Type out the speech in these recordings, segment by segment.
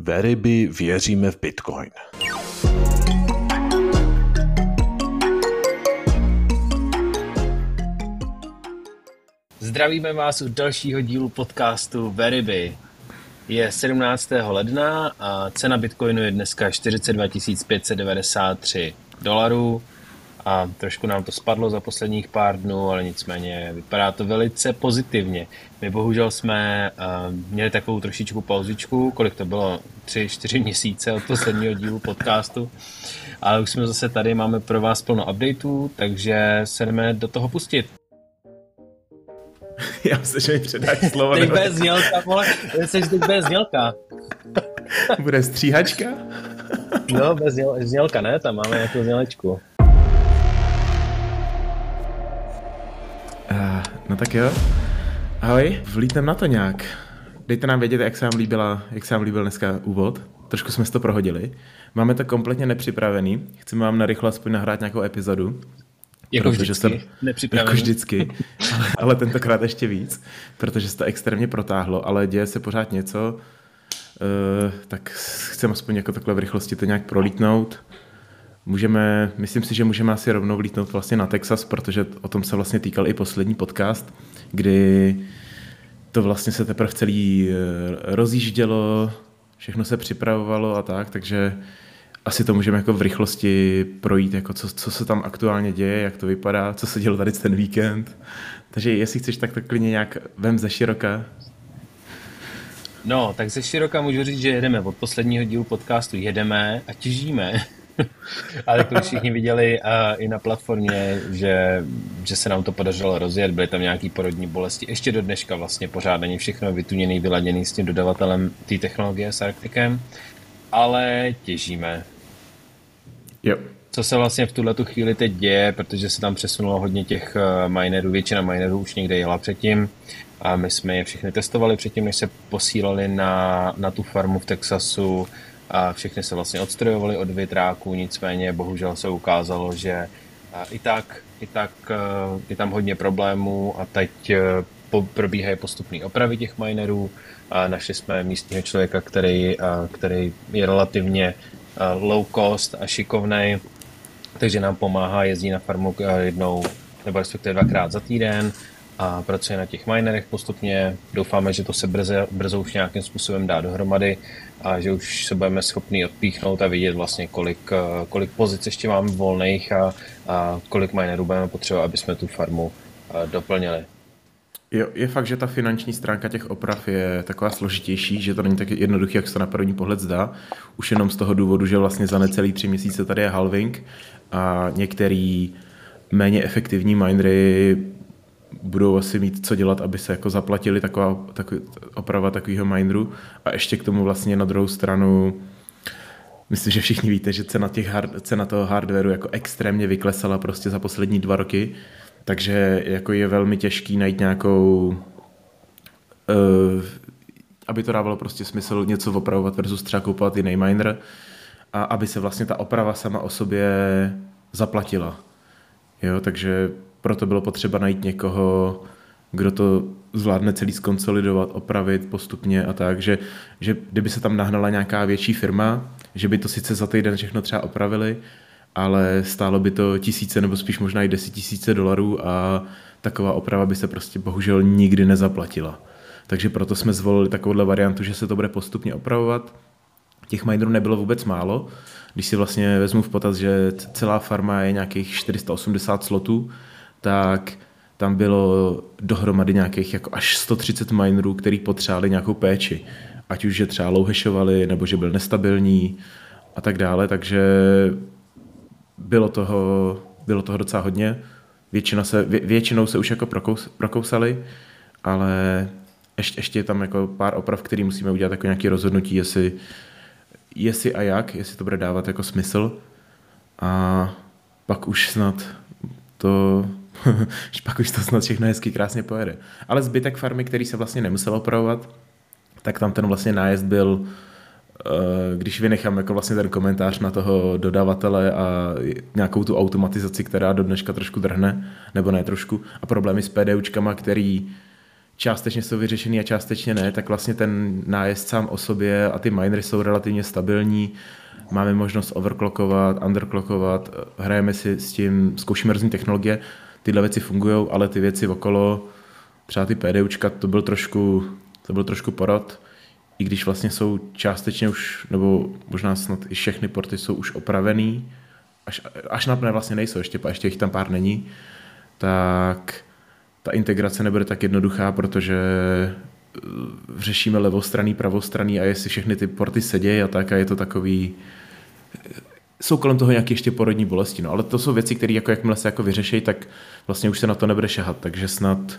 Veryby věříme v Bitcoin. Zdravíme vás u dalšího dílu podcastu Veryby. Je 17. ledna a cena Bitcoinu je dneska 42 593 dolarů a trošku nám to spadlo za posledních pár dnů, ale nicméně vypadá to velice pozitivně. My bohužel jsme měli takovou trošičku pauzičku, kolik to bylo? 3-4 měsíce od posledního dílu podcastu, ale už jsme zase tady, máme pro vás plno updateů, takže se jdeme do toho pustit. Já myslím, že mi předáš slovo. Teď bez znělka, vole, jsi teď bez znělka. Bude stříhačka? No, bez znělka, ne? Tam máme nějakou znělečku. No tak jo. Ahoj, vlítnem na to nějak. Dejte nám vědět, jak se vám líbil dneska úvod. Trošku jsme si to prohodili. Máme to kompletně nepřipravený. Chceme vám narychlo aspoň nahrát nějakou epizodu. Jako vždycky, nepřipravený. Jako vždycky, ale tentokrát ještě víc, protože se to extrémně protáhlo, ale děje se pořád něco, tak chceme aspoň jako takhle v rychlosti to nějak prolítnout. Myslím si, že můžeme asi rovnou vlítnout vlastně na Texas, protože o tom se vlastně týkal i poslední podcast, kdy to vlastně se teprve celý rozjíždělo, všechno se připravovalo a tak, takže asi to můžeme jako v rychlosti projít, jako co se tam aktuálně děje, jak to vypadá, co se dělo tady ten víkend. Takže jestli chceš, tak to klidně nějak vem ze široka. No, tak ze široka můžu říct, že jedeme od posledního dílu podcastu, jedeme a těžíme. Ale to všichni viděli i na platformě, že se nám to podařilo rozjet, byly tam nějaký porodní bolesti. Ještě do dneška vlastně pořád není všechno vytuněný, vyladěný s tím dodavatelem té technologie s Arcticem, ale těžíme. Jo. Co se vlastně v tuhletu chvíli teď děje, protože se tam přesunulo hodně těch minerů, většina minerů už někde jela předtím a my jsme je všechny testovali předtím, než se posílali na tu farmu v Texasu a všechny se vlastně odstrojovali od větráků, nicméně bohužel se ukázalo, že i tak je tam hodně problémů a teď probíhají postupné opravy těch minerů a našli jsme místního člověka, který je relativně low cost a šikovnej, takže nám pomáhá, jezdí na farmu jednou nebo respektive dvakrát za týden a pracuje na těch minerech postupně. Doufáme, že to se brzo už nějakým způsobem dá dohromady a že už se budeme schopni odpíchnout a vidět vlastně, kolik pozic ještě máme volných a kolik minerů budeme potřebovat, aby jsme tu farmu doplnili. Jo, je fakt, že ta finanční stránka těch oprav je taková složitější, že to není tak jednoduché, jak se to na první pohled zdá. Už jenom z toho důvodu, že vlastně za necelý 3 měsíce tady je halving a některý méně efektivní minery budou asi mít co dělat, aby se jako zaplatili oprava takového mineru. A ještě k tomu vlastně na druhou stranu, myslím, že všichni víte, že cena toho hardwareu jako extrémně vyklesala prostě za poslední 2 roky. Takže jako je velmi těžký najít nějakou, aby to dávalo prostě smysl něco opravovat versus třeba koupovat jiný miner a aby se vlastně ta oprava sama o sobě zaplatila. Jo, takže proto bylo potřeba najít někoho, kdo to zvládne celý zkonsolidovat, opravit postupně a tak, že kdyby se tam nahnala nějaká větší firma, že by to sice za týden všechno třeba opravili, ale stálo by to tisíce nebo spíš možná i $10,000 a taková oprava by se prostě bohužel nikdy nezaplatila. Takže proto jsme zvolili takovouhle variantu, že se to bude postupně opravovat. Těch minerů nebylo vůbec málo. Když si vlastně vezmu v potaz, že celá farma je nějakých 480 slotů, tak tam bylo dohromady nějakých jako až 130 minerů, který potřebovali nějakou péči. Ať už že třeba low-hashovali, nebo že byl nestabilní a tak dále, takže bylo toho docela hodně. Většinou se už jako prokousali, ale ještě je tam jako pár oprav, který musíme udělat jako nějaké rozhodnutí, jestli a jak, jestli to bude dávat jako smysl. A pak už snad to všechno hezky krásně pojede. Ale zbytek farmy, který se vlastně nemusel opravovat, tak tam ten vlastně nájezd byl, když vynechám jako vlastně ten komentář na toho dodavatele a nějakou tu automatizaci, která do dneška trošku drhne, nebo ne trošku, a problémy s PDUčkama, který částečně jsou vyřešený a částečně ne, tak vlastně ten nájezd sám o sobě a ty minery jsou relativně stabilní. Máme možnost overclockovat, underclockovat, hrajeme si s tím, zkoušíme různé technologie, tyhle věci fungují, ale ty věci okolo, třeba ty PDUčka, to byl trošku porod, i když vlastně jsou částečně už, nebo možná snad i všechny porty jsou už opravený, až na vlastně nejsou, ještě jich tam pár není, tak ta integrace nebude tak jednoduchá, protože řešíme levostranný, pravostranný a jestli všechny ty porty sedějí a tak a je to takový, jsou kolem toho nějaké ještě porodní bolesti, no, ale to jsou věci, které jako jakmile se jako vyřešejí, tak vlastně už se na to nebude šahat, takže snad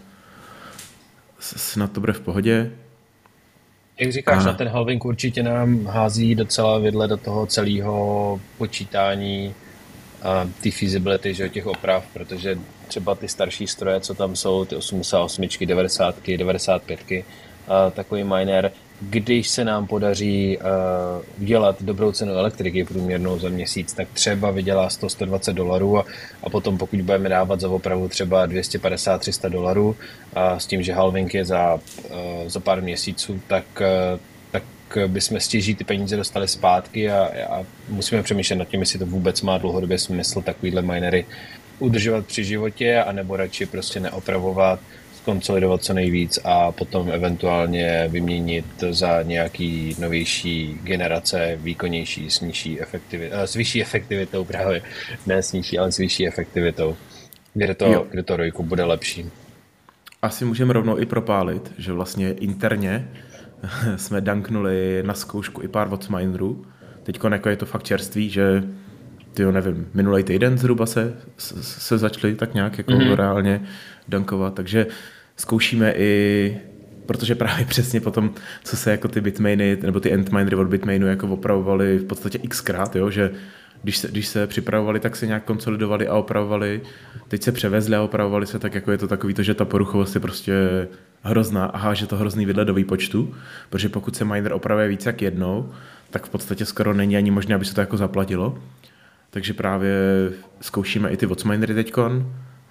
to bude v pohodě. Jak říkáš, na ten halving určitě nám hází docela vidle do toho celého počítání ty feasibility, že, těch oprav, protože třeba ty starší stroje, co tam jsou, ty 88, 90, 95, takový miner, když se nám podaří udělat dobrou cenu elektriky průměrnou za měsíc, tak třeba vydělá $100-120 a potom pokud budeme dávat za opravu třeba $250-300 s tím, že halving je za pár měsíců, tak bychom stěží ty peníze dostali zpátky a musíme přemýšlet nad tím, jestli to vůbec má dlouhodobě smysl takovýhle minery udržovat při životě, anebo radši prostě neopravovat, konsolidovat co nejvíc a potom eventuálně vyměnit za nějaký novější generace, výkonnější, s vyšší efektivitou právě, ne s nižší, ale s vyšší efektivitou, kde to rojku bude lepší. Asi můžeme rovnou i propálit, že vlastně interně jsme danknuli na zkoušku i pár WhatsMinerů. Teďko jako je to fakt čerství, že nevím, minulý týden zhruba se začali tak nějak jako reálně dankovat, takže zkoušíme i, protože právě přesně potom, co se jako ty bitmainy, nebo ty endminery od bitmainu jako opravovali v podstatě xkrát, jo, že když se připravovali, tak se nějak konsolidovali a opravovali, teď se převezli a opravovali se, tak jako je to takový to, že ta poruchovost je prostě hrozná a háže to hrozný vidle do výpočtu, protože pokud se miner opravuje víc jak jednou, tak v podstatě skoro není ani možné, aby se to jako zaplatilo. Takže právě zkoušíme i ty WhatsMinery teďkon,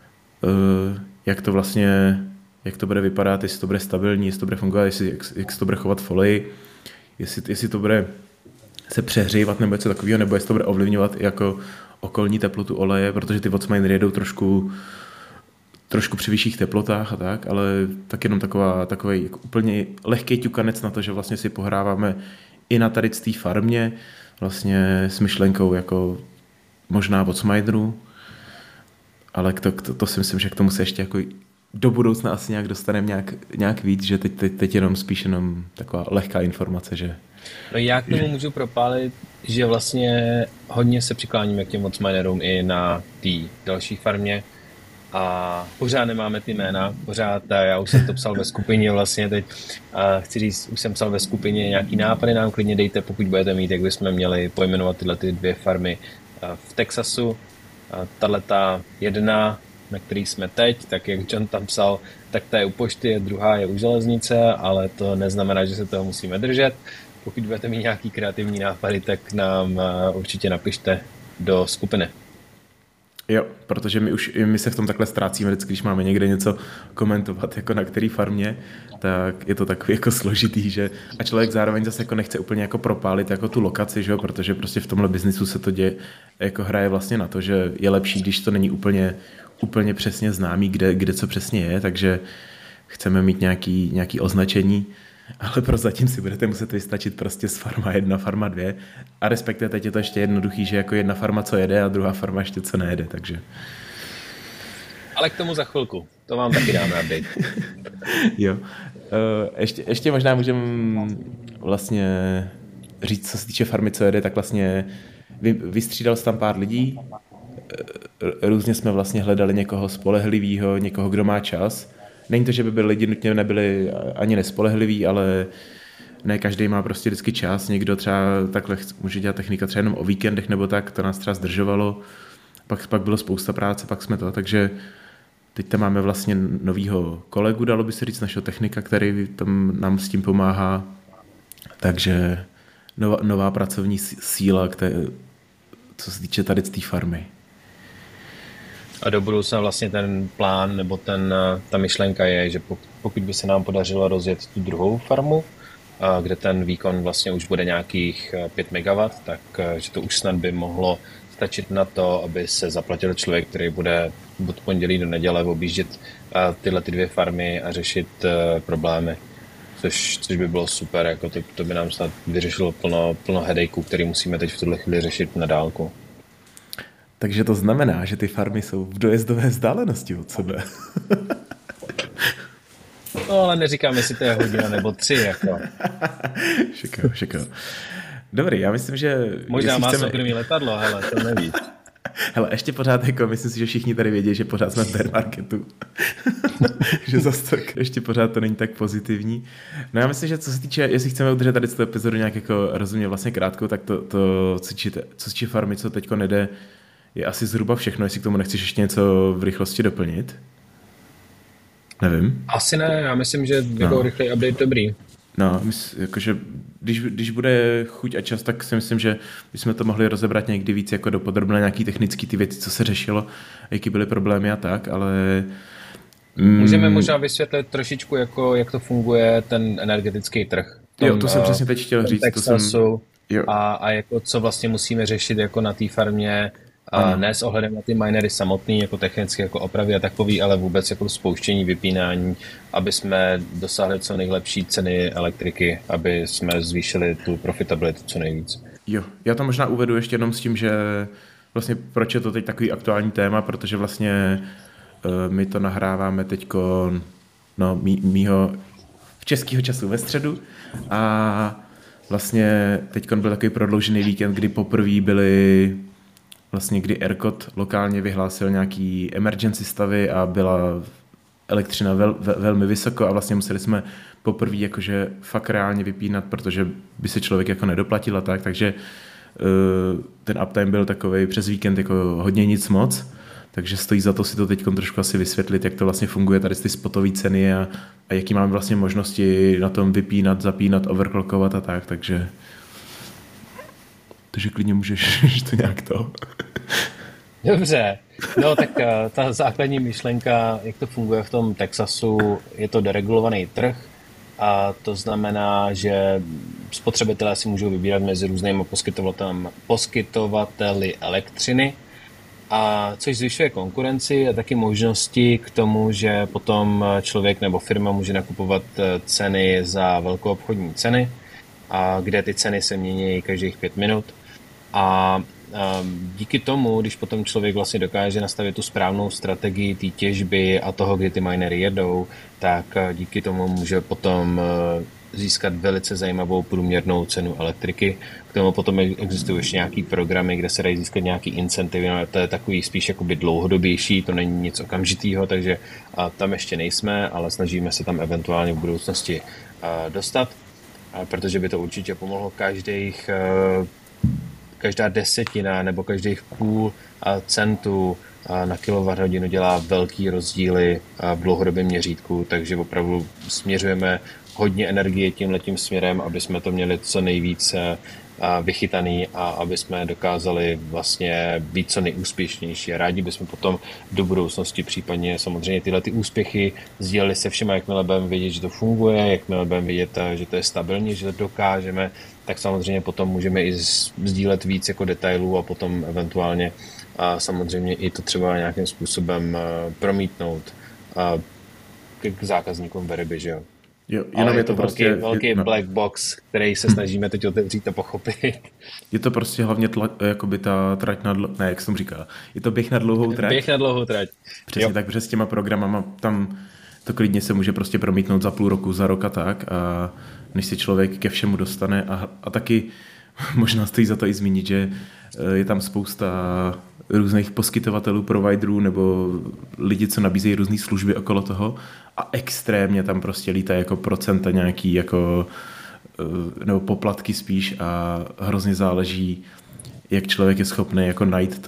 jak to bude vypadat, jestli to bude stabilní, jestli to bude fungovat, jak se to bude chovat folii, jestli to bude se přehřívat nebo něco takového, nebo jestli to bude ovlivňovat i jako okolní teplotu oleje, protože ty WhatsMinery jedou trošku při vyšších teplotách a tak, ale tak jenom takový jako úplně lehký ťukanec na to, že vlastně si pohráváme i na tady té farmě vlastně s myšlenkou jako možná WhatsMinerů, ale to si myslím, že k tomu se ještě jako do budoucna asi nějak dostaneme nějak víc, že teď jenom spíš jenom taková lehká informace, že... No já k tomu můžu propálit, že vlastně hodně se přikláníme k těm WhatsMinerům i na té další farmě a pořád nemáme ty jména, já už jsem to psal ve skupině vlastně teď, chci říct, už jsem psal ve skupině nějaký nápady, nám klidně dejte, pokud budete mít, jak bychom měli pojmenovat tyhle ty dvě farmy v Texasu. Tahleta jedna, na který jsme teď, tak jak John tam psal, tak ta je u pošty, druhá je u železnice, ale to neznamená, že se toho musíme držet. Pokud budete mít nějaký kreativní nápady, tak nám určitě napište do skupiny. Jo, protože my se v tom takhle ztrácíme vždycky, když máme někde něco komentovat, jako na který farmě, tak je to takový jako složitý, že a člověk zároveň zase jako nechce úplně jako propálit jako tu lokaci, že? Protože prostě v tomhle biznisu se to děje, jako hraje vlastně na to, že je lepší, když to není úplně přesně známý, kde co přesně je, takže chceme mít nějaký označení, ale prozatím si budete muset vystačit prostě z farma 1, farma 2 a respektive teď je to ještě jednoduchý, že jako jedna farma co jede a druhá farma ještě co nejede, takže... Ale k tomu za chvilku, to vám taky dáme update. Jo, ještě možná můžeme vlastně říct, co se týče farmy co jede, tak vlastně vystřídal se tam pár lidí, různě jsme vlastně hledali někoho spolehlivého, někoho, kdo má čas. Není to, že by byli lidi nutně nebyli ani nespolehliví, ale ne každý má prostě vždycky čas. Někdo třeba takhle může dělat technika třeba jenom o víkendech nebo tak, to nás třeba zdržovalo. Pak bylo spousta práce, pak jsme to, takže teď tam máme vlastně novýho kolegu, dalo by se říct, našeho technika, který tam nám s tím pomáhá. Takže nová pracovní síla, co se týče tady z té farmy. A do budoucna vlastně ten plán nebo ta myšlenka je, že pokud by se nám podařilo rozjet tu druhou farmu, kde ten výkon vlastně už bude nějakých 5 MW, tak že to už snad by mohlo stačit na to, aby se zaplatil člověk, který bude od pondělí do neděle objíždět tyhle ty 2 farmy a řešit problémy. Což by bylo super, jako to by nám snad vyřešilo plno headacheů, který musíme teď v tuhle chvíli řešit na dálku. Takže to znamená, že ty farmy jsou v dojezdové vzdálenosti od sebe. No, ale neříkám, jestli to je hodina nebo 3, jako. Šikal. Dobrý, já myslím, že... Možná má soukromý letadlo, hele, to nevíš. Hele, ještě pořád, jako myslím si, že všichni tady vědí, že pořád jsme v bear marketu. Že zase tak ještě pořád to není tak pozitivní. No já myslím, že co se týče, jestli chceme udržet tady z toho epizodu nějak jako rozumně vlastně krátkou, tak to co se týče farmy, co teďko nejde, je asi zhruba všechno, jestli k tomu nechceš ještě něco v rychlosti doplnit. Nevím. Asi ne, já myslím, že jako rychlej update dobrý. No, jakože když bude chuť a čas, tak si myslím, že bychom to mohli rozebrat někdy víc jako dopodrobna nějaký technický ty věci, co se řešilo, jaký byly problémy a tak, ale... Můžeme možná vysvětlit trošičku, jako, jak to funguje ten energetický trh. Jo, to jsem přesně teď chtěl říct. Texasu a jako co vlastně musíme řešit jako na té farmě, ne s ohledem na ty minery samotný, jako technicky jako opravy a takový, ale vůbec jako spouštění, vypínání, aby jsme dosáhli co nejlepší ceny elektriky, aby jsme zvýšili tu profitabilitu co nejvíc. Jo, já to možná uvedu ještě jenom s tím, že vlastně proč je to teď takový aktuální téma, protože vlastně my to nahráváme teďko mýho v českého času ve středu a vlastně teďko byl takový prodloužený víkend, kdy poprvé byly vlastně kdy ERCOT lokálně vyhlásil nějaký emergency stavy a byla elektřina velmi vysoko a vlastně museli jsme poprvé jakože fakt reálně vypínat, protože by se člověk jako nedoplatil a tak, takže ten uptime byl takovej přes víkend jako hodně nic moc, takže stojí za to si to teď trošku asi vysvětlit, jak to vlastně funguje tady ty spotové ceny a jaký máme vlastně možnosti na tom vypínat, zapínat, overclockovat a tak, takže klidně můžeš to nějak to. Dobře, no tak ta základní myšlenka, jak to funguje v tom Texasu, je to deregulovaný trh a to znamená, že spotřebitelé si můžou vybírat mezi různými poskytovateli elektřiny, a což zvyšuje konkurenci a taky možnosti k tomu, že potom člověk nebo firma může nakupovat ceny za velkoobchodní ceny, a kde ty ceny se mění každých 5 minut. A díky tomu, když potom člověk vlastně dokáže nastavit tu správnou strategii té těžby a toho, kdy ty minery jedou, tak díky tomu může potom získat velice zajímavou průměrnou cenu elektriky. K tomu potom existují ještě nějaký programy, kde se dají získat nějaký incentivy, no to je takový spíš jakoby dlouhodobější, to není nic okamžitého, takže tam ještě nejsme, ale snažíme se tam eventuálně v budoucnosti dostat, protože by to určitě pomohlo každá desetina nebo každých půl centu na kilowatthodinu dělá velký rozdíly v dlouhodobém měřítku, takže opravdu směřujeme hodně energie tímhletím směrem, aby jsme to měli co nejvíc vychytaný a aby jsme dokázali vlastně být co nejúspěšnější. A rádi bychom potom do budoucnosti případně samozřejmě tyhle ty úspěchy sdíleli se všema, jakmile budeme vědět, že to funguje, jakmile budeme vědět, že to je stabilní, že to dokážeme, tak samozřejmě potom můžeme i sdílet víc jako detailů a potom eventuálně a samozřejmě i to třeba nějakým způsobem promítnout k zákazníkům ve ryby, že jo. Jo, jenom je to prostě velký black box, který se snažíme teď otevřít a pochopit. Je to prostě hlavně jakoby ta trať jak jsem říkal, je to běh na dlouhou trať. Běh na dlouhou trať. Přesně jo. Tak, protože s těma programama tam to klidně se může prostě promítnout za půl roku, za rok a tak, a než si člověk ke všemu dostane a taky možná stojí za to i zmínit, že je tam spousta různých poskytovatelů, providerů nebo lidi, co nabízejí různé služby okolo toho a extrémně tam prostě lítají jako procenta nějaký jako nebo poplatky spíš a hrozně záleží, jak člověk je schopný jako najít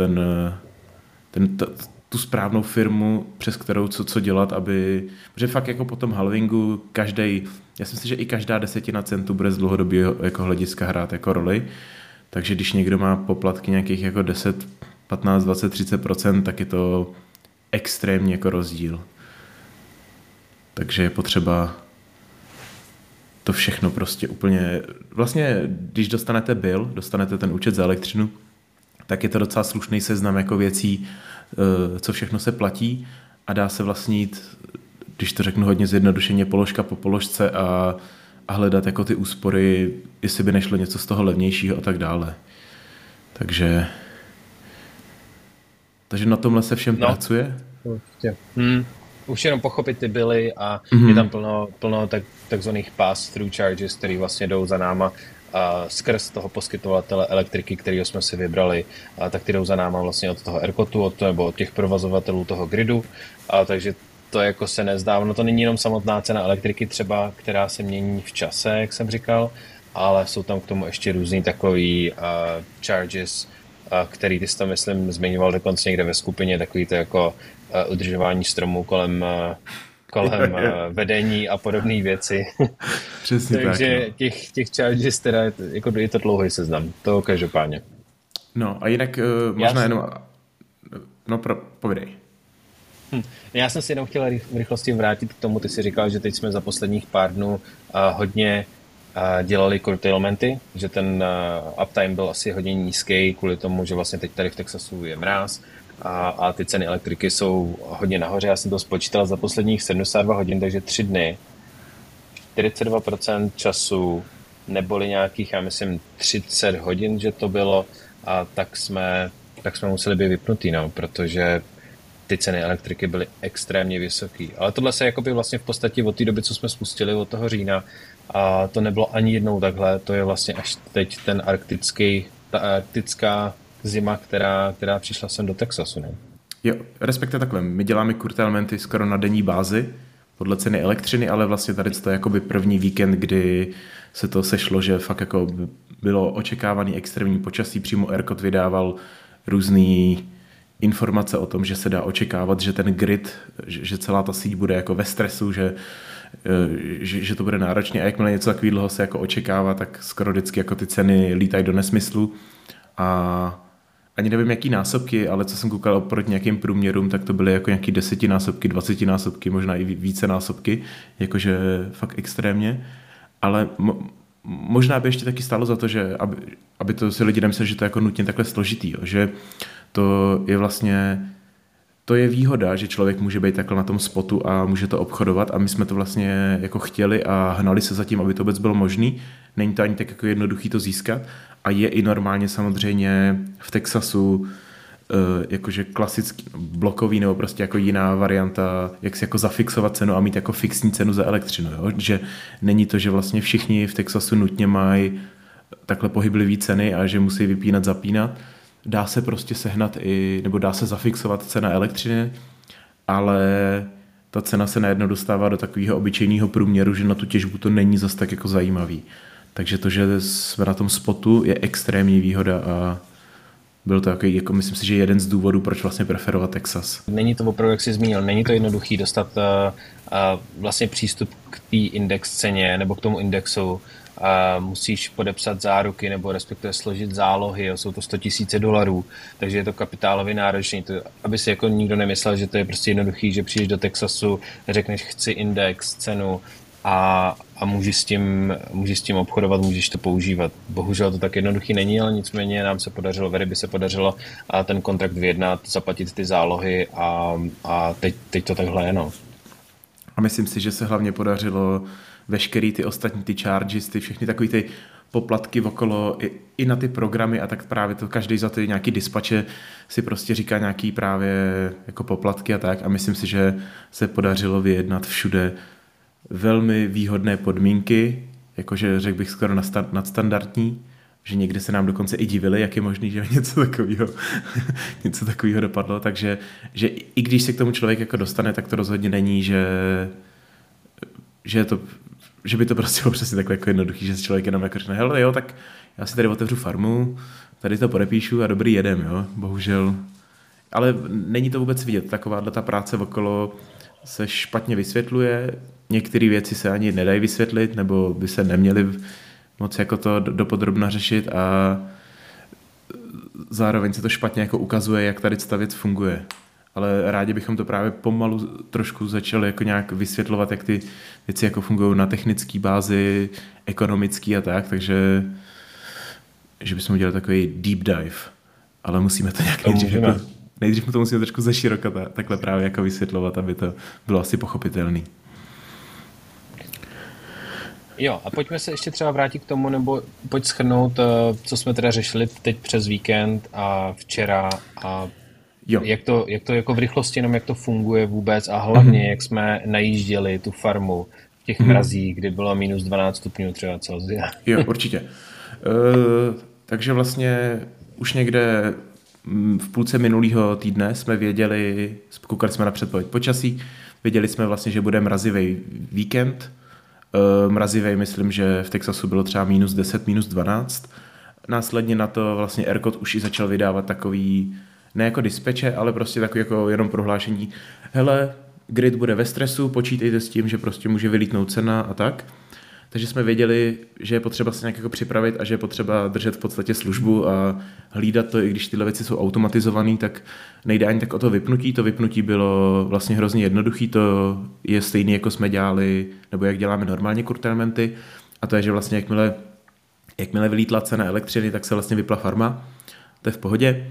tu správnou firmu, přes kterou co dělat, protože fakt jako po tom halvingu já si myslím, že i každá desetina centu bude z dlouhodobého jako hlediska hrát jako roli, takže když někdo má poplatky nějakých jako 10, 15, 20, 30%, tak je to extrémně jako rozdíl. Takže je potřeba to všechno prostě úplně... Vlastně, když dostanete ten účet za elektřinu, tak je to docela slušný seznam jako věcí, co všechno se platí a dá se vlastně jít, když to řeknu hodně zjednodušeně, položka po položce a hledat jako ty úspory, jestli by nešlo něco z toho levnějšího a tak dále. Takže na tomhle se všem pracuje. Určitě. Už jenom pochopit ty bily a je tam plno takzvaných pass-through charges, které vlastně jdou za náma skrz toho poskytovatele elektriky, kterého jsme si vybrali, tak ty jdou za náma vlastně od toho ERCOTu, nebo od těch provozovatelů toho gridu, takže to jako se nezdá, no to není jenom samotná cena elektriky třeba, která se mění v čase, jak jsem říkal, ale jsou tam k tomu ještě různý takový charges, který ty jsi tam, myslím, zmiňoval dokonce někde ve skupině, takový to jako udržování stromů kolem vedení a podobné věci. Přesně takže tak, těch charges teda jako je to dlouhý seznam, to každopádně. No a jinak možná jenom... No povídej. Já jsem si jenom chtěl v rychlosti vrátit k tomu, ty si říkal, že teď jsme za posledních pár dnů hodně dělali curtailmenty, že ten uptime byl asi hodně nízký kvůli tomu, že vlastně teď tady v Texasu je mráz a ty ceny elektriky jsou hodně nahoře. Já jsem to spočítal za posledních 72 hodin, takže 3 dny, 42% času, neboli nějakých, já myslím, 30 hodin, že to bylo, a tak jsme museli být vypnutý, no, protože ty ceny elektriky byly extrémně vysoký. Ale tohle se jakoby vlastně v podstatě od té doby, co jsme spustili od toho října, a to nebylo ani jednou takhle, to je vlastně až teď ta arktická zima, která přišla sem do Texasu, ne? Jo, respektive takhle, my děláme curtailmenty skoro na denní bázi, podle ceny elektřiny, ale vlastně tady to je jakoby první víkend, kdy se to sešlo, že fakt jako bylo očekávaný extrémní počasí, přímo ERCOT vydával různý informace o tom, že se dá očekávat, že ten grid, že celá ta síť bude jako ve stresu, že to bude náročně a jakmile něco takového se jako očekává, tak skoro vždycky jako ty ceny lítají do nesmyslu a ani nevím, jaký násobky, ale co jsem koukal oproti nějakým průměrům, tak to byly jako nějaký 10násobky, 20násobky, možná i více násobky, jakože fakt extrémně, ale možná by ještě taky stálo za to, že aby to si lidi nemysleli, že to je jako nutně takhle složitý, jo, že to je vlastně, to je výhoda, že člověk může být takhle na tom spotu a může to obchodovat a my jsme to vlastně jako chtěli a hnali se za tím, aby to vůbec bylo možný. Není to ani tak jako jednoduchý to získat a je i normálně samozřejmě v Texasu jakože klasický blokový nebo prostě jako jiná varianta, jak si jako zafixovat cenu a mít jako fixní cenu za elektřinu. Jo? Že není to, že vlastně všichni v Texasu nutně mají takhle pohyblivý ceny a že musí vypínat, zapínat. Dá se prostě sehnat nebo dá se zafixovat cena elektřiny, ale ta cena se najednou dostává do takového obyčejného průměru, že na tu těžbu to není zas tak jako zajímavý. Takže to, že jsme na tom spotu, je extrémní výhoda a byl to jako myslím si, že jeden z důvodů, proč vlastně preferovat Texas. Není to opravdu, jak jsi zmínil, není to jednoduchý dostat vlastně přístup k té index ceně nebo k tomu indexu. Musíš podepsat záruky nebo respektive složit zálohy, jsou to $100,000, takže je to kapitálově náročný. Aby si jako nikdo nemyslel, že to je prostě jednoduchý, že přijdeš do Texasu, řekneš chci index, cenu a můžeš s tím obchodovat, můžeš to používat. Bohužel to tak jednoduchý není, ale nicméně nám se podařilo, by se podařilo ten kontrakt vyjednat, zaplatit ty zálohy a teď to takhle je, no. A myslím si, že se hlavně podařilo veškerý ty ostatní ty charges, ty všechny takový ty poplatky okolo i na ty programy a tak právě to každý za ty nějaký dispače si prostě říká nějaký právě jako poplatky a tak a myslím si, že se podařilo vyjednat všude velmi výhodné podmínky, jakože řekl bych skoro nadstandardní, že někde se nám dokonce i divili, jak je možný, že něco takového dopadlo, takže že i když se k tomu člověk jako dostane, tak to rozhodně není, že by to prostě bylo přesně takhle jako jednoduchý, že si člověk jenom jako řekne, hele jo, tak já si tady otevřu farmu, tady to podepíšu a dobrý jedem, jo, bohužel. Ale není to vůbec vidět, takováhle ta práce okolo se špatně vysvětluje, některé věci se ani nedají vysvětlit, nebo by se neměly moc jako to dopodrobna řešit a zároveň se to špatně jako ukazuje, jak tady ta věc funguje. ale rádi bychom to právě pomalu trošku začali jako nějak vysvětlovat, jak ty věci jako fungují na technické bázi, ekonomický a tak, takže že bychom udělali takový deep dive, ale musíme to nějak nejdřív to musíme trošku zeširoka takhle právě jako vysvětlovat, aby to bylo asi pochopitelný. Jo, a pojďme se ještě třeba vrátit k tomu, nebo pojď shrnout, co jsme teda řešili teď přes víkend a včera a jo. Jak to jako v rychlosti, jenom jak to funguje vůbec a hlavně, jak jsme najížděli tu farmu v těch mrazích, kdy bylo minus 12 stupňů třeba Celsia. Jo, určitě. Takže vlastně už někde v půlce minulého týdne jsme věděli, koukali jsme na předpověď počasí, věděli jsme vlastně, že bude mrazivý víkend. Mrazivý, myslím, že v Texasu bylo třeba minus 10, minus 12. Následně na to vlastně ERCOT už i začal vydávat takový, ne jako dispeče, ale prostě takový jako jenom prohlášení. Hele, grid bude ve stresu, počítejte s tím, že prostě může vylítnout cena a tak. Takže jsme věděli, že je potřeba se nějak jako připravit a že je potřeba držet v podstatě službu a hlídat to, i když tyhle věci jsou automatizované, tak nejde ani tak o to vypnutí. To vypnutí bylo vlastně hrozně jednoduché, to je stejné, jako jsme dělali, nebo jak děláme normálně curtailmenty, a to je, že vlastně jakmile vylítla cena elektřiny, tak se vlastně vypla farma, to je v pohodě.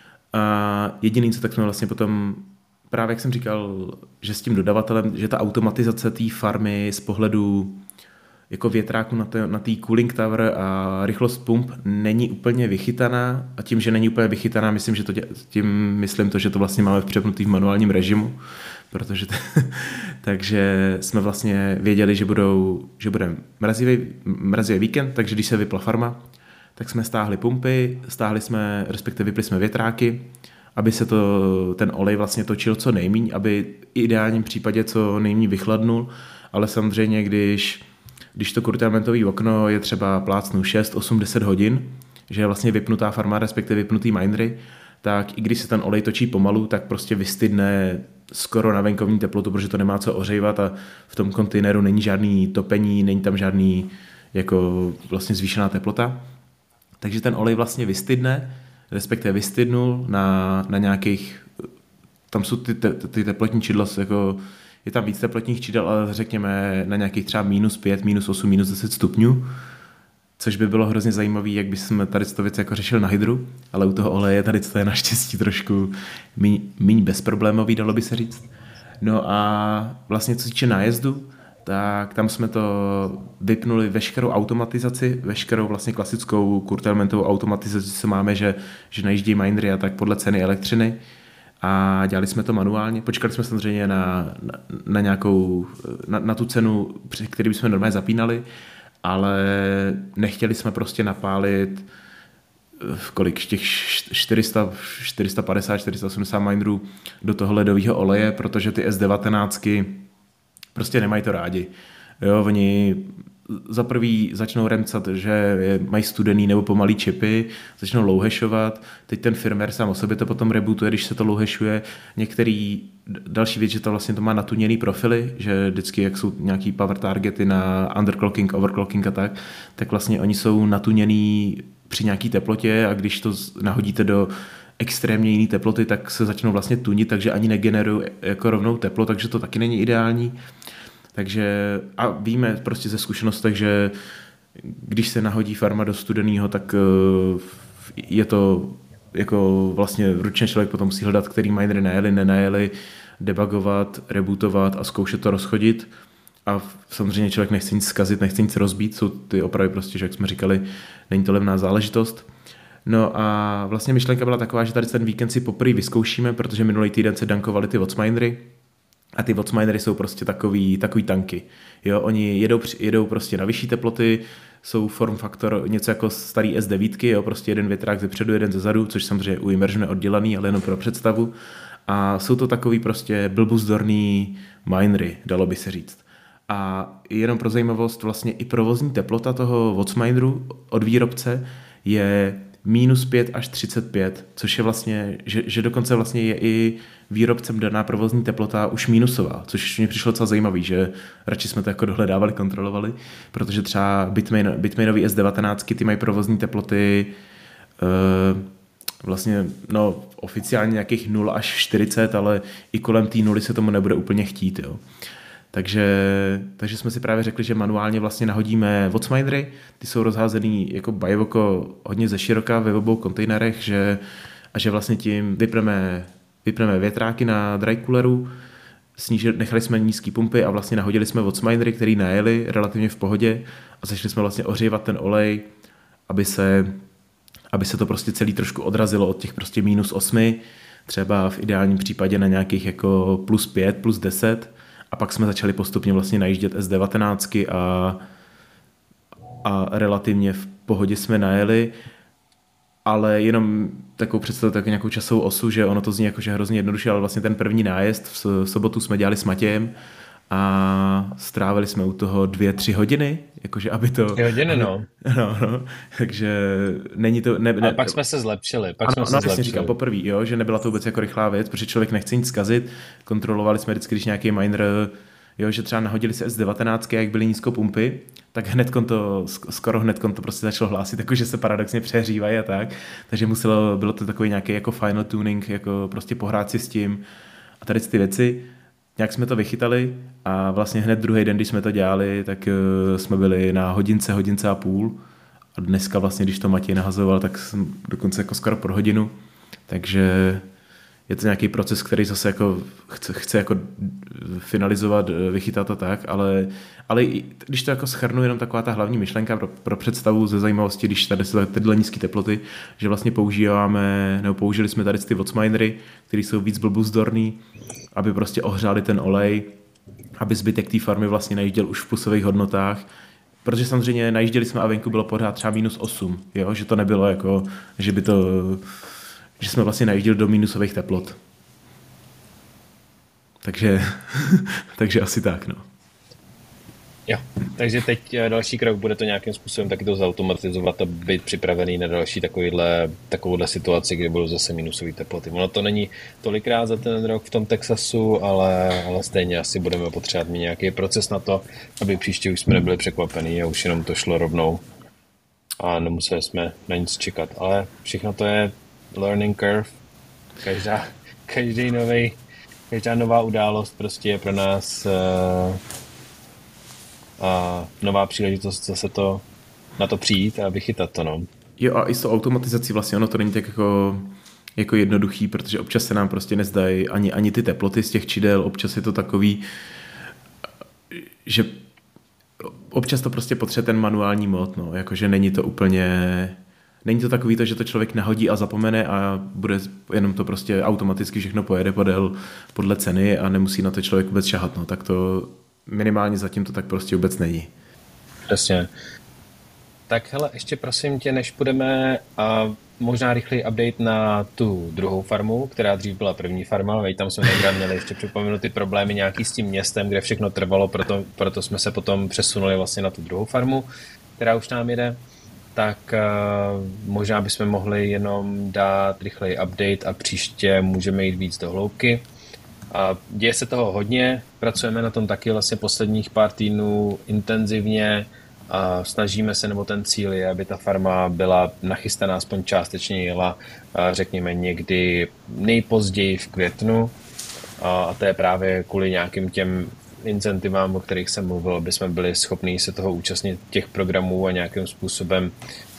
A jediný, co tak jsme vlastně potom, právě jak jsem říkal, že s tím dodavatelem, že ta automatizace té farmy z pohledu jako větráku na té cooling tower a rychlost pump není úplně vychytaná, a tím, že není úplně vychytaná, myslím, že myslím to, že to vlastně máme přepnutý v manuálním režimu, protože takže jsme vlastně věděli, že bude mrazivý víkend, takže když se vypla farma, tak jsme stáhli pumpy, respektive vypli jsme větráky, aby se ten olej vlastně točil co nejméně, aby v ideálním případě co nejméně vychladnul, ale samozřejmě, když to curtailmentové okno je třeba plácnu 6, 8, 10 hodin, že je vlastně vypnutá farma, respektive vypnutý minery, tak i když se ten olej točí pomalu, tak prostě vystydne skoro na venkovní teplotu, protože to nemá co ohřívat a v tom kontejneru není žádný topení, není tam žádný jako vlastně zvýšená teplota. Takže ten olej vlastně vystydne, respektive vystydnul na nějakých, tam jsou ty teplotní čidla, jako je tam víc teplotních čidel, ale řekněme na nějakých třeba minus 5, minus 8, minus 10 stupňů, což by bylo hrozně zajímavé, jak bychom tady to věc jako řešili na hydru, ale u toho oleje tady to je naštěstí trošku míň bezproblémový, dalo by se říct. No a vlastně co se týče nájezdu, tak tam jsme to vypnuli veškerou automatizaci, veškerou vlastně klasickou curtailmentovou automatizaci, co máme, že najíždí minery a tak podle ceny elektřiny, a dělali jsme to manuálně. Počkali jsme samozřejmě na nějakou, na tu cenu, při který bychom normálně zapínali, ale nechtěli jsme prostě napálit těch 450, 480 minerů do toho ledového oleje, protože ty S19 prostě nemají to rádi. Jo, oni za prvý začnou remcat, že mají studený nebo pomalý čipy, začnou louhešovat, teď ten firmware sám o sobě to potom rebootuje, když se to louhešuje. Některý další věc, že to vlastně to má natuněný profily, že vždycky, jak jsou nějaký power targety na underclocking, overclocking a tak vlastně oni jsou natuněný při nějaký teplotě, a když to nahodíte do extrémně jiný teploty, tak se začnou vlastně tunit, takže ani negenerují jako rovnou teplo, takže to taky není ideální. Takže a víme prostě ze zkušeností, že když se nahodí farma do studeného, tak je to jako vlastně ručně člověk potom musí hledat, který minery najeli, nenajeli, debugovat, rebootovat a zkoušet to rozchodit. A samozřejmě člověk nechce nic zkazit, nechce nic rozbít, jsou ty opravy prostě, že jak jsme říkali, není to levná záležitost. No a vlastně myšlenka byla taková, že tady ten víkend si poprvé vyzkoušíme, protože minulý týden se dankovali ty Wattsminery. A ty Wattsminery jsou prostě takový tanky. Jo, oni jedou prostě na vyšší teploty, jsou form faktor něco jako starý S9, jo, prostě jeden větrák ze předu, jeden ze zadu, což samozřejmě u Immersionu je oddělaný, ale jenom pro představu. A jsou to takový prostě blbuzdorný minery, dalo by se říct. A jenom pro zajímavost, vlastně i provozní teplota toho Wattsmineru od výrobce je -5 až 35, což je vlastně, že dokonce vlastně je i výrobcem daná provozní teplota už minusová, což mi přišlo docela zajímavý, že radši jsme to jako dohledávali, kontrolovali, protože třeba Bitmainový S19, ty mají provozní teploty vlastně, no oficiálně nějakých 0 až 40, ale i kolem té nuly se tomu nebude úplně chtít, jo. Takže jsme si právě řekli, že manuálně vlastně nahodíme WhatsMinery, ty jsou rozházený jako bajvoko hodně ze široka ve obou kontejnerech, a že vlastně tím vypneme větráky na dry cooleru, nechali jsme nízký pumpy a vlastně nahodili jsme WhatsMinery, který najeli relativně v pohodě a začali jsme vlastně ohřívat ten olej, aby se to prostě celý trošku odrazilo od těch prostě -8, třeba v ideálním případě na nějakých jako +5, +10, a pak jsme začali postupně vlastně najíždět S19 a relativně v pohodě jsme najeli, ale jenom takovou představu, tak nějakou časovou osu, že ono to zní jako, že hrozně jednoduše, ale vlastně ten první nájezd v sobotu jsme dělali s Matějem a strávili jsme u toho 2-3 hodiny, jakože aby to... 3 hodiny, no. No, takže není to... Ale pak jsme se zlepšili, říkám poprvé, jo, že nebyla to vůbec jako rychlá věc, protože člověk nechce nic zkazit, kontrolovali jsme vždycky, když nějaký miner, jo, že třeba nahodili se S19, jak byly nízkopumpy, tak skoro hned to prostě začalo hlásit, jakože se paradoxně přehřívají a tak, takže bylo to takový nějaký jako final tuning, jako prostě pohrát si s tím a tady ty věci. Nějak jsme to vychytali a vlastně hned druhý den, když jsme to dělali, tak jsme byli na hodince a půl a dneska vlastně, když to Matěj nahazoval, tak jsem dokonce jako skoro pro hodinu, takže je to nějaký proces, který zase jako chce jako finalizovat, vychytat a tak, ale když to jako shrnu, jenom taková ta hlavní myšlenka pro představu ze zajímavosti, když tady jsou tyhle nízké teploty, že vlastně použili jsme tady ty WhatsMinery, které jsou víc blbuzdorný, aby prostě ohřáli ten olej, aby zbytek té farmy vlastně najížděl už v plusových hodnotách, protože samozřejmě najížděli jsme a venku bylo pořád třeba -8, jo? Že to nebylo jako, že jsme vlastně najížděli do minusových teplot. Takže asi tak, no. Jo, takže teď další krok bude to nějakým způsobem taky to zautomatizovat a být připravený na další takovouhle situaci, kdy budou zase minusové teploty. Ono to není tolikrát za ten rok v tom Texasu, ale stejně asi budeme potřebovat mít nějaký proces na to, aby příště už jsme nebyli překvapení a už jenom to šlo rovnou a nemuseli jsme na nic čekat. Ale všechno to je learning curve. Každá nová událost prostě je pro nás a nová příležitost zase na to přijít a vychytat to, no. Jo, a i s tou automatizací vlastně ono to není tak jako jednoduchý, protože občas se nám prostě nezdají ani ty teploty z těch čidel, občas je to takový, že občas to prostě potřebuje ten manuální mod, no, jakože není to takový to, že to člověk nahodí a zapomene a bude jenom to prostě automaticky všechno pojede podle ceny a nemusí na to člověk vůbec šahat, no, tak to minimálně zatím to tak prostě vůbec není. Přesně. Tak hele, ještě prosím tě, než půjdeme možná rychlý update na tu druhou farmu, která dřív byla první farma, ale tam jsme měli ještě připomenout ty problémy nějaký s tím městem, kde všechno trvalo, proto jsme se potom přesunuli vlastně na tu druhou farmu, která už nám jede. Tak možná bychom mohli jenom dát rychlej update a příště můžeme jít víc do hloubky. Děje se toho hodně, pracujeme na tom taky vlastně posledních pár týdnů intenzivně a snažíme se, nebo ten cíl je, aby ta farma byla nachystaná, aspoň částečně jela, řekněme někdy nejpozději v květnu a to je právě kvůli nějakým těm incentivám, o kterých jsem mluvil, aby jsme byli schopni se toho účastnit těch programů a nějakým způsobem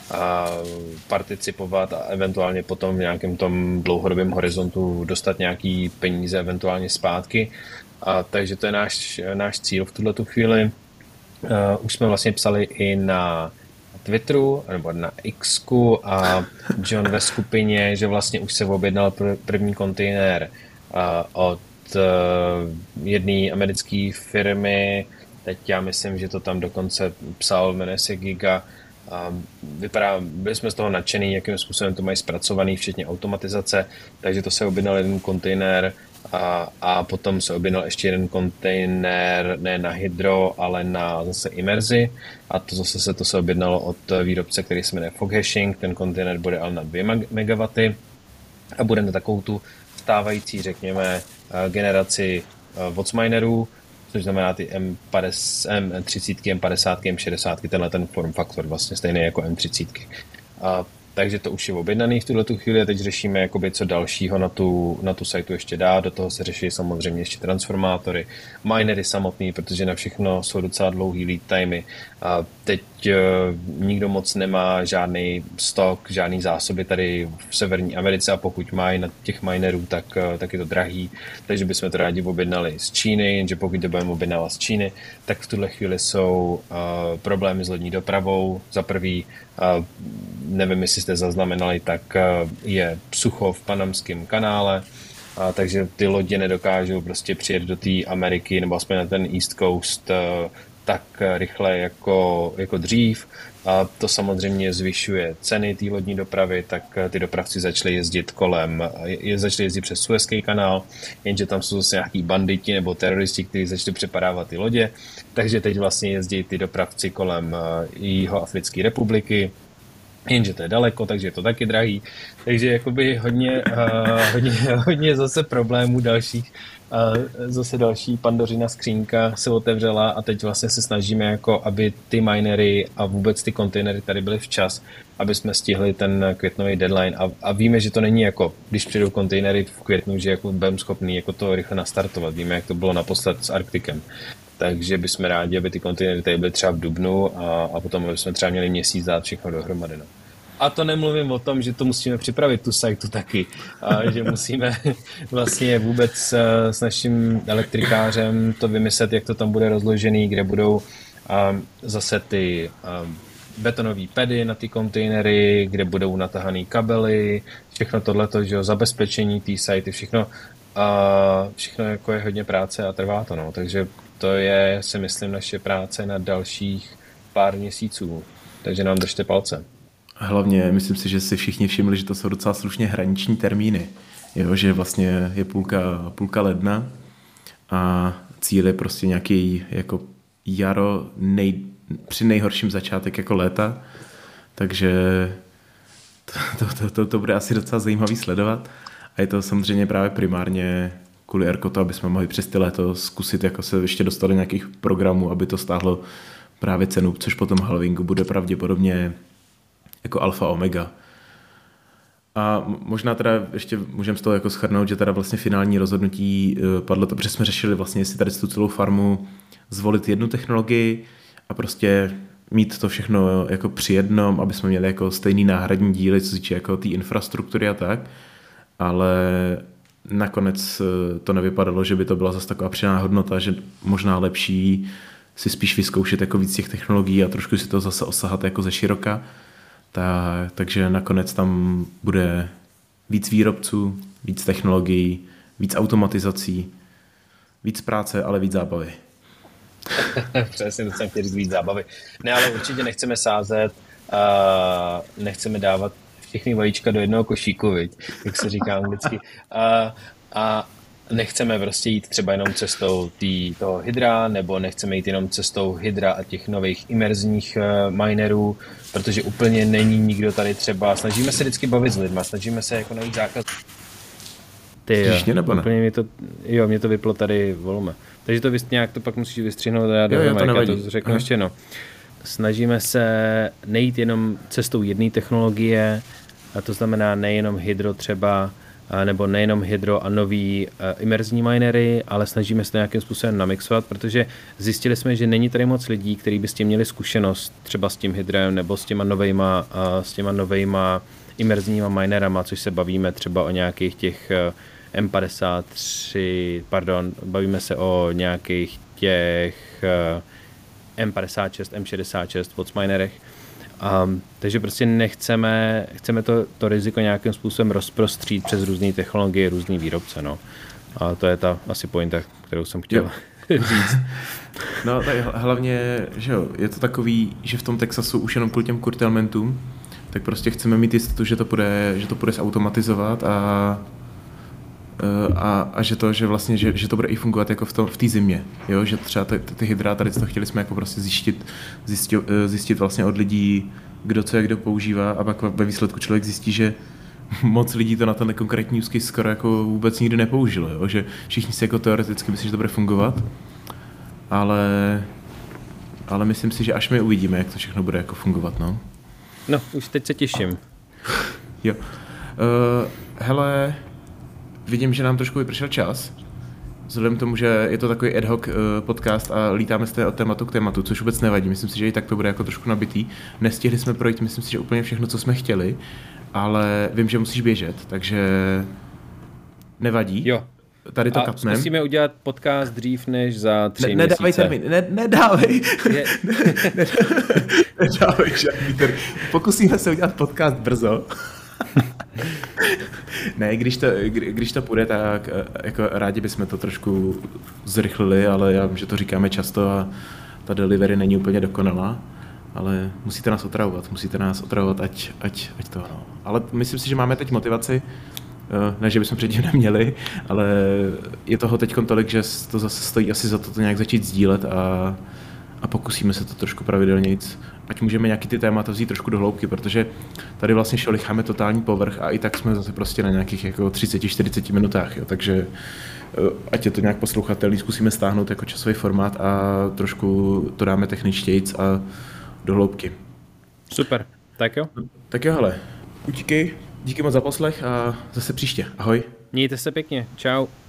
participovat a eventuálně potom v nějakém tom dlouhodobém horizontu dostat nějaký peníze eventuálně zpátky. Takže to je náš cíl v tuhletu chvíli. Už jsme vlastně psali i na Twitteru nebo na Xku a John ve skupině, že vlastně už se objednal první kontejner od jedné americké firmy. Teď já myslím, že to tam dokonce psal, jmenuje se Giga. Byli jsme z toho nadšený, jakým způsobem to mají zpracovaný, včetně automatizace, takže to se objednal jeden kontejner a potom se objednal ještě jeden kontejner ne na hydro, ale na zase imerzi a to zase se objednalo od výrobce, který se jmenuje Fog Hashing. Ten kontejner bude ale na 2 MW a bude na takovou tu stávající, řekněme, generaci WhatsMinerů, což znamená ty M30, M50, M60, tenhle ten form faktor, vlastně stejný jako M30. takže to už je objednaný v tuhletu chvíli a teď řešíme, jakoby, co dalšího na tu sajtu ještě dá. Do toho se řeší samozřejmě ještě transformátory, minery samotný, protože na všechno jsou docela dlouhý lead timey. A teď nikdo moc nemá žádný stok, žádný zásoby tady v Severní Americe a pokud mají na těch minerů, tak je to drahý, takže bychom to rádi objednali z Číny, jenže pokud to budeme objednávat z Číny, tak v tuhle chvíli jsou problémy s lodní dopravou. Za prvý, nevím, jestli jste zaznamenali, tak je sucho v Panamském kanále, takže ty lodě nedokážou prostě přijet do té Ameriky nebo aspoň na ten East Coast tak rychle jako dřív. A to samozřejmě zvyšuje ceny té lodní dopravy, tak ty dopravci začali jezdit začali jezdit přes Suezský kanál, jenže tam jsou zase nějaký banditi nebo teroristi, kteří začali přepadávat ty lodě, takže teď vlastně jezdí ty dopravci kolem Jihoafrické republiky, jenže to je daleko, takže je to taky drahý, takže jakoby hodně zase problémů dalších. Zase další Pandořina skřínka se otevřela a teď vlastně se snažíme, jako aby ty minery a vůbec ty kontejnery tady byly včas, aby jsme stihli ten květnový deadline a víme, že to není jako, když přijdou kontejnery v květnu, že jako budeme schopný jako to rychle nastartovat. Víme, jak to bylo naposled s Arktikem. Takže bychom rádi, aby ty kontejnery tady byly třeba v dubnu a potom bychom třeba měli měsíc dát všechno dohromady. No. A to nemluvím o tom, že to musíme připravit tu sajtu taky, že musíme vlastně vůbec s naším elektrikářem to vymyslet, jak to tam bude rozložený, kde budou zase ty betonové pedy na ty kontejnery, kde budou natahaný kabely, všechno tohleto, že zabezpečení té sajty, všechno jako je hodně práce a trvá to, no. Takže to je, si myslím, naše práce na dalších pár měsíců, takže nám držte palce. Hlavně myslím si, že si všichni všimli, že to jsou docela slušně hraniční termíny. Jo, že vlastně je půlka ledna a cíl je prostě nějaký jako jaro při nejhorším začátek jako léta. Takže to bude asi docela zajímavý sledovat. A je to samozřejmě právě primárně kvůli Erkotu, aby jsme mohli přes ty léto zkusit jako se ještě dostat do nějakých programů, aby to stáhlo právě cenu, což potom halvingu bude pravděpodobně jako alfa omega. A možná teda ještě můžeme z toho jako shrnout, že teda vlastně finální rozhodnutí padlo to, protože jsme řešili vlastně, jestli tady tu celou farmu zvolit jednu technologii a prostě mít to všechno jako při jednom, aby jsme měli jako stejný náhradní díly, co se týče jako té infrastruktury a tak, ale nakonec to nevypadalo, že by to byla zase taková přidaná hodnota, že možná lepší si spíš vyzkoušet jako víc těch technologií a trošku si to zase osahat jako ze široka. Takže nakonec tam bude víc výrobců, víc technologií, víc automatizací, víc práce, ale víc zábavy. Přesně, to jsem chtěl říct, víc zábavy. Ne, ale určitě nechceme sázet, nechceme dávat všechny vajíčka do jednoho košíku, viď? Jak se říká anglicky. A nechceme prostě jít třeba jenom cestou toho hydra, nebo nechceme jít jenom cestou hydra a těch nových imerzních minerů, protože úplně není nikdo tady třeba. Snažíme se vždycky bavit s lidma, snažíme se jako najít zákaz. Mě to vyplo tady volume. Takže to nějak to pak musíš vystřihnout a já to řeknu ještě no. Snažíme se nejít jenom cestou jedné technologie, a to znamená nejenom hydro třeba, nebo nejenom hydro a nový imerzní minery, ale snažíme se to nějakým způsobem namixovat, protože zjistili jsme, že není tady moc lidí, kteří by s tím měli zkušenost třeba s tím hydrem nebo s těma novejma imerzníma minerama, což se bavíme třeba o nějakých těch bavíme se o nějakých těch M56, M66 Wattsminerech. Takže prostě chceme to riziko nějakým způsobem rozprostřít přes různé technologie, různý výrobce. No. A to je ta asi pointa, kterou jsem chtěl říct. No tak hlavně, že jo, je to takový, že v tom Texasu už jenom kvůli těm curtailmentům, tak prostě chceme mít jistotu, že to bude zautomatizovat a že to bude i fungovat jako v té zimě, jo, že třeba ty hydráty, to chtěli jsme jako prostě zjistit vlastně od lidí, kdo co jak kdo používá a pak ve výsledku člověk zjistí, že moc lidí to na ten konkrétní use case skoro jako vůbec nikdy nepoužilo, jo, že všichni si jako teoreticky myslí, že to bude fungovat, ale myslím si, že až my uvidíme, jak to všechno bude jako fungovat, no. No, už teď se těším. Jo. Hele, vidím, že nám trošku vypršel čas. Vzhledem k tomu, že je to takový ad hoc podcast a lítáme z od tématu k tématu, což vůbec nevadí. Myslím si, že i tak to bude jako trošku nabitý. Nestihli jsme projít, myslím si, že úplně všechno, co jsme chtěli, ale vím, že musíš běžet, takže nevadí. Jo. Tady to a kapnem. Musíme udělat podcast dřív než za 3 měsíce. Nedávej termín, nedávej. Nedávej žádný termín. Pokusíme se udělat podcast brzo. Ne, když to půjde, tak jako rádi bychom to trošku zrychlili, ale já vím, že to říkáme často a ta delivery není úplně dokonalá, ale musíte nás otravovat, ať to ano. Ale myslím si, že máme teď motivaci, ne, že bychom předtím neměli, ale je toho teď tolik, že to zase stojí asi za to nějak začít sdílet a pokusíme se to trošku pravidelnějc, ať můžeme nějaký ty témata vzít trošku do hloubky, protože tady vlastně šolicháme totální povrch a i tak jsme zase prostě na nějakých jako 30-40 minutách, jo, takže ať je to nějak poslouchatelný, zkusíme stáhnout jako časový formát a trošku to dáme techničtějc a do hloubky. Super, tak jo. Tak jo, hele, díky moc za poslech a zase příště, ahoj. Mějte se pěkně, čau.